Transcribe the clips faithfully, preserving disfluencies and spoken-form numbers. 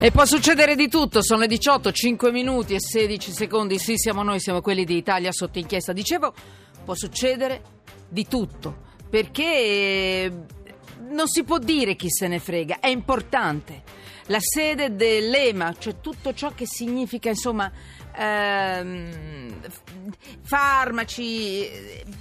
E può succedere di tutto, sono le diciotto, cinque minuti e sedici secondi, sì siamo noi, siamo quelli di Italia sotto inchiesta. Dicevo, può succedere di tutto, perché non si può dire chi se ne frega, è importante. La sede dell'E M A, cioè tutto ciò che significa, insomma, ehm, farmaci,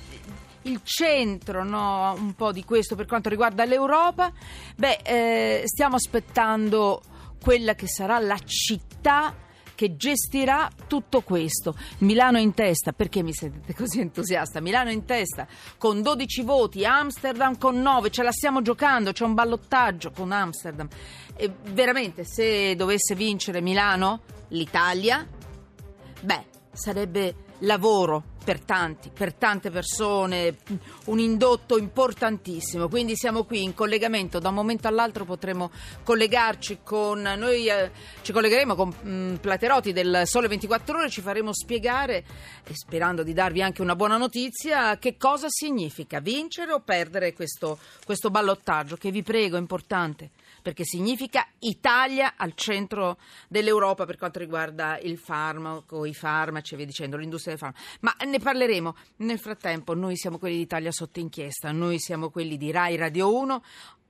il centro, no, un po' di questo per quanto riguarda l'Europa. Beh, eh, stiamo aspettando quella che sarà la città che gestirà tutto questo. Milano in testa, perché mi sentite così entusiasta? Milano in testa con dodici voti, Amsterdam con nove, ce la stiamo giocando, c'è un ballottaggio con Amsterdam. E veramente, se dovesse vincere Milano, l'Italia, beh, sarebbe lavoro per tanti, per tante persone, un indotto importantissimo. Quindi siamo qui in collegamento, da un momento all'altro potremo collegarci con noi, eh, ci collegheremo con mh, Platerotti del Sole ventiquattro Ore, ci faremo spiegare, e sperando di darvi anche una buona notizia, che cosa significa vincere o perdere questo, questo ballottaggio, che vi prego è importante, perché significa Italia al centro dell'Europa per quanto riguarda il farmaco, i farmaci e via dicendo, l'industria del farmaco. Ma ne parleremo. Nel frattempo noi siamo quelli di Italia sotto inchiesta, noi siamo quelli di Rai Radio uno.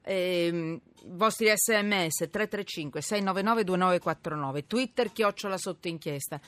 Eh, vostri sms tre tre cinque sei nove nove due nove quattro nove, Twitter chiocciola sotto inchiesta.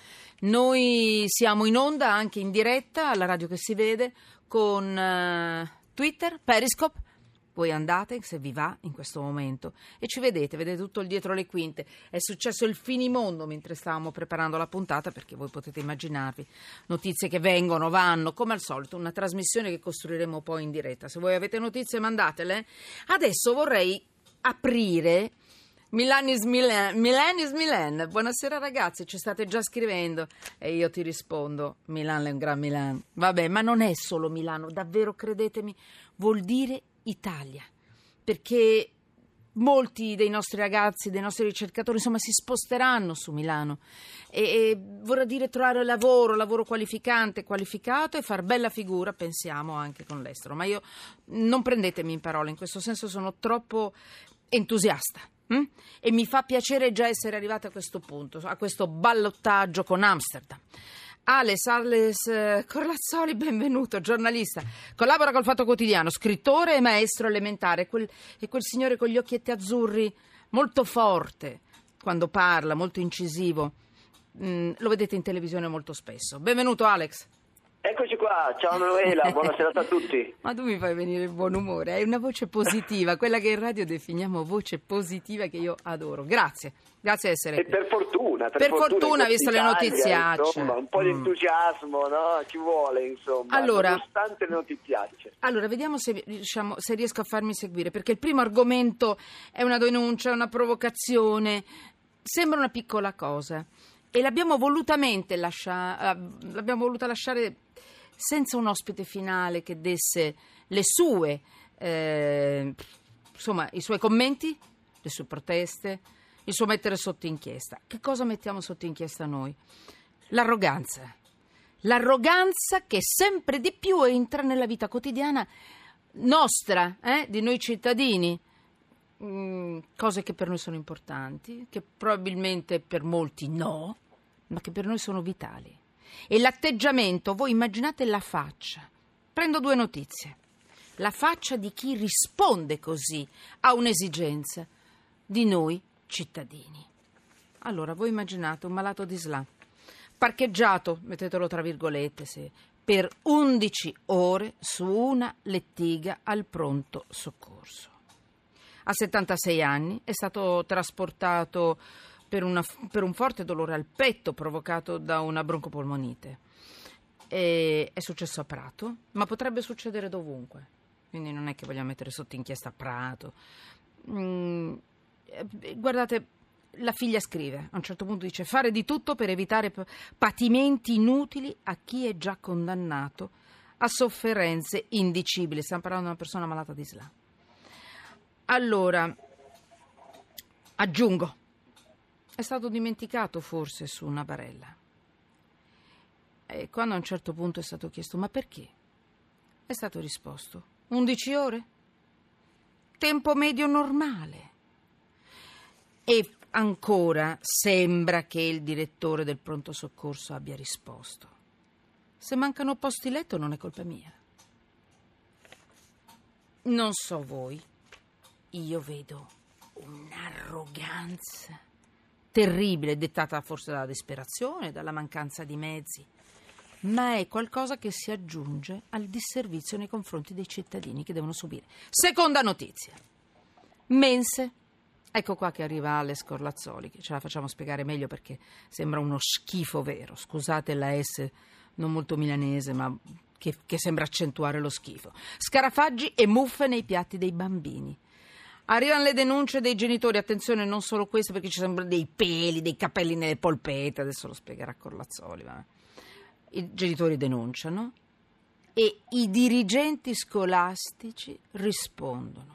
Noi siamo in onda anche in diretta alla radio che si vede con uh, Twitter, Periscope. Voi andate, se vi va, in questo momento e ci vedete, vedete tutto il dietro le quinte. È successo il finimondo mentre stavamo preparando la puntata, perché voi potete immaginarvi notizie che vengono, vanno, come al solito, una trasmissione che costruiremo poi in diretta. Se voi avete notizie mandatele. Adesso vorrei aprire Milan is Milan, Milan is Milan. Buonasera ragazzi, ci state già scrivendo e io ti rispondo, Milan è un gran Milan. Vabbè, ma non è solo Milano, davvero credetemi, vuol dire Italia, perché molti dei nostri ragazzi, dei nostri ricercatori, insomma, si sposteranno su Milano e, e vorrà dire trovare lavoro, lavoro qualificante, qualificato e far bella figura, pensiamo, anche con l'estero. Ma io, non prendetemi in parola, in questo senso sono troppo entusiasta. Mm? E mi fa piacere già essere arrivata a questo punto, a questo ballottaggio con Amsterdam. Ales, Ales eh, Corlazzoli, benvenuto, giornalista, collabora col Fatto Quotidiano, scrittore e maestro elementare, quel, e quel signore con gli occhietti azzurri, molto forte quando parla, molto incisivo, mm, lo vedete in televisione molto spesso. Benvenuto Alex. Eccoci qua, ciao Manuela, buona serata a tutti. Ma tu mi fai venire il buon umore, hai una voce positiva, quella che in radio definiamo voce positiva, che io adoro. Grazie, grazie di essere e qui. per fortuna, per, per fortuna, fortuna visto le notiziacce. Insomma, un po' di entusiasmo, no? Ci vuole, insomma, allora, nonostante le notiziacce. Allora, vediamo se, diciamo, se riesco a farmi seguire, perché il primo argomento è una denuncia, una provocazione, sembra una piccola cosa. E l'abbiamo volutamente lascia, l'abbiamo voluta lasciare senza un ospite finale che desse le sue, eh, insomma, i suoi commenti, le sue proteste, il suo mettere sotto inchiesta. Che cosa mettiamo sotto inchiesta noi? L'arroganza. L'arroganza che sempre di più entra nella vita quotidiana nostra, eh, di noi cittadini. Mm, cose che per noi sono importanti, che probabilmente per molti no, ma che per noi sono vitali. E l'atteggiamento, voi immaginate la faccia. Prendo due notizie. La faccia di chi risponde così a un'esigenza di noi cittadini. Allora, voi immaginate un malato di S L A, parcheggiato, mettetelo tra virgolette, se, per undici ore su una lettiga al pronto soccorso. A settantasei anni è stato trasportato per, una, per un forte dolore al petto provocato da una broncopolmonite. E è successo a Prato, ma potrebbe succedere dovunque. Quindi non è che vogliamo mettere sotto inchiesta a Prato. Mm, guardate, la figlia scrive, a un certo punto dice: fare di tutto per evitare patimenti inutili a chi è già condannato a sofferenze indicibili. Stiamo parlando di una persona malata di S L A. Allora, aggiungo, è stato dimenticato forse su una barella. E quando a un certo punto è stato chiesto: ma perché? È stato risposto: undici ore? Tempo medio normale. E ancora sembra che il direttore del pronto soccorso abbia risposto: se mancano posti letto non è colpa mia. Non so voi, io vedo un'arroganza terribile, dettata forse dalla disperazione, dalla mancanza di mezzi, ma è qualcosa che si aggiunge al disservizio nei confronti dei cittadini che devono subire. Seconda notizia. Mense. Ecco qua che arriva Ale Scorlazzoli, che ce la facciamo spiegare meglio perché sembra uno schifo vero. Scusate la S non molto milanese, ma che, che sembra accentuare lo schifo. Scarafaggi e muffe nei piatti dei bambini. Arrivano le denunce dei genitori, attenzione, non solo questo, perché ci sembrano dei peli, dei capelli nelle polpette, adesso lo spiegherà Corlazzoli. Vabbè. I genitori denunciano e i dirigenti scolastici rispondono: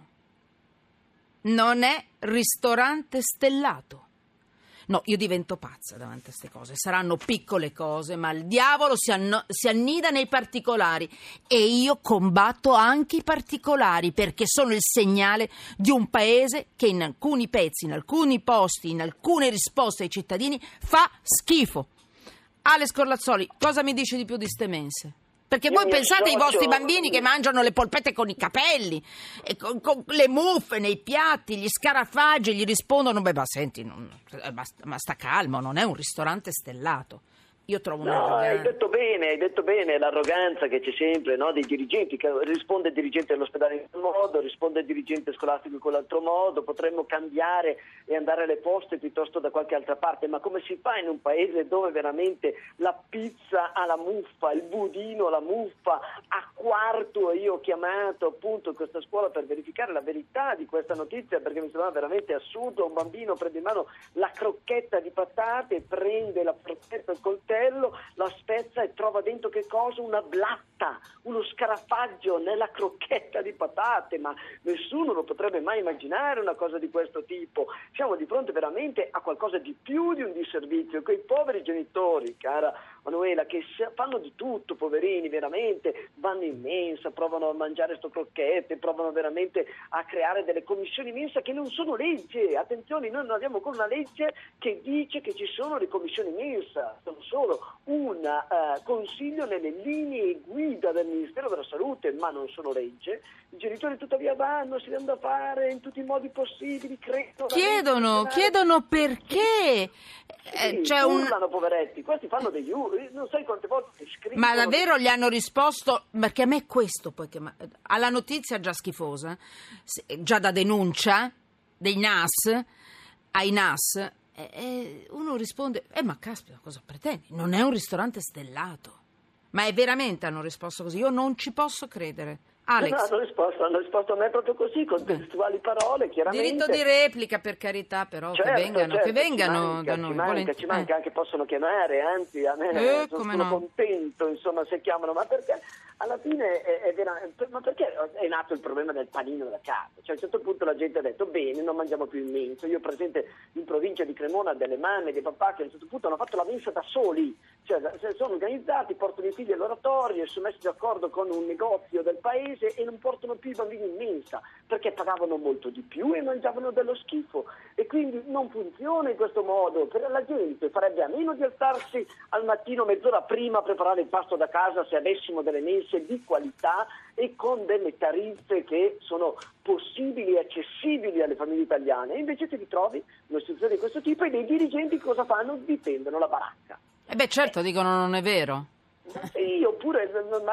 non è ristorante stellato. No, io divento pazza davanti a queste cose. Saranno piccole cose, ma il diavolo si, anno- si annida nei particolari. E io combatto anche i particolari, perché sono il segnale di un paese che in alcuni pezzi, in alcuni posti, in alcune risposte ai cittadini fa schifo. Ale Scorlazzoli, cosa mi dice di più di ste mense? Perché Io voi mi pensate ai associo- vostri bambini che mangiano le polpette con i capelli, e con, con le muffe nei piatti, gli scarafaggi, gli rispondono: beh, ma senti, non, ma, ma sta calmo, non è un ristorante stellato. Io trovo una No, hai arroganza. detto bene, hai detto bene, l'arroganza che c'è sempre, no, dei dirigenti, che risponde il dirigente dell'ospedale in un modo, risponde il dirigente scolastico in quell'altro modo, potremmo cambiare e andare alle poste piuttosto da qualche altra parte, ma come si fa in un paese dove veramente la pizza alla muffa, il budino alla muffa, a quarto io ho chiamato appunto questa scuola per verificare la verità di questa notizia, perché mi sembrava veramente assurdo. Un bambino prende in mano la crocchetta di patate, prende la crocchetta al coltello, la spezza e trova dentro che cosa? Una blatta, uno scarafaggio nella crocchetta di patate, ma nessuno lo potrebbe mai immaginare una cosa di questo tipo. Siamo di fronte veramente a qualcosa di più di un disservizio. Quei poveri genitori, cara Manuela, che fanno di tutto, poverini, veramente vanno in mensa, provano a mangiare sto crocchette, provano veramente a creare delle commissioni mensa che non sono legge. Attenzione, noi non abbiamo ancora una legge che dice che ci sono le commissioni mensa, sono solo un uh, consiglio nelle linee guida del Ministero della Salute, ma non sono legge. I genitori tuttavia vanno, si danno da fare in tutti i modi possibili, credono, Chiedono, chiedono perché. Sì, eh, c'è urlano, un... poveretti, questi fanno degli urli, non sai quante volte scrivono. Ma davvero gli hanno risposto? Perché a me questo poi che... alla notizia già schifosa, già da denuncia dei N A S ai N A S, e uno risponde: eh ma caspita, cosa pretendi? Non è un ristorante stellato. Ma è veramente, hanno risposto così? Io non ci posso credere. Alex. No, hanno risposto, hanno risposto a me proprio così, con testuali parole, chiaramente. Diritto di replica, per carità, però, certo, che vengano, certo, che vengano ci manca, da noi. Ci manca, volent- ci manca eh. anche, possono chiamare, anzi, a me Eh, sono, come sono no. contento, insomma, se chiamano, ma perché alla fine è, è veramente, ma perché è nato il problema del panino da casa? Cioè, a un certo punto la gente ha detto: bene, non mangiamo più in mensa. Io presente in provincia di Cremona delle mamme, dei papà che a un certo punto hanno fatto la mensa da soli, cioè si sono organizzati, portano i figli all'oratorio e sono messi d'accordo con un negozio del paese e non portano più i bambini in mensa perché pagavano molto di più e mangiavano dello schifo, e quindi non funziona in questo modo. Per la gente farebbe a meno di alzarsi al mattino mezz'ora prima a preparare il pasto da casa se avessimo delle mense di qualità e con delle tariffe che sono possibili e accessibili alle famiglie italiane. E invece ti ritrovi una situazione di questo tipo e dei dirigenti cosa fanno? Difendono la baracca. Eh beh, certo, dicono non è vero. Sì, oppure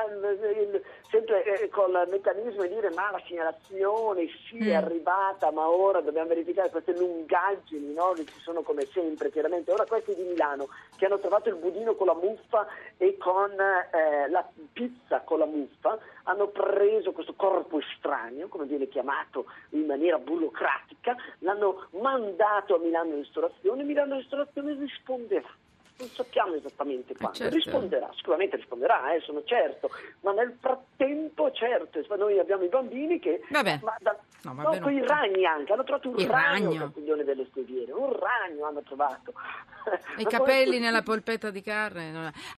sempre con il meccanismo di dire: ma la segnalazione sì è arrivata, ma ora dobbiamo verificare queste lungaggini, no? Che ci sono come sempre, chiaramente. Ora questi di Milano che hanno trovato il budino con la muffa e con eh, la pizza con la muffa, hanno preso questo corpo estraneo, come viene chiamato in maniera burocratica, l'hanno mandato a Milano Ristorazione. Milano Ristorazione risponderà. Non sappiamo esattamente quando, certo. risponderà, sicuramente risponderà, eh, sono certo, ma nel frattempo certo, noi abbiamo i bambini che, Vabbè. ma da, no, no, con i ragni anche, hanno trovato un il ragno, ragno. Castiglione delle Stiviere, un ragno hanno trovato. I capelli nella polpetta di carne.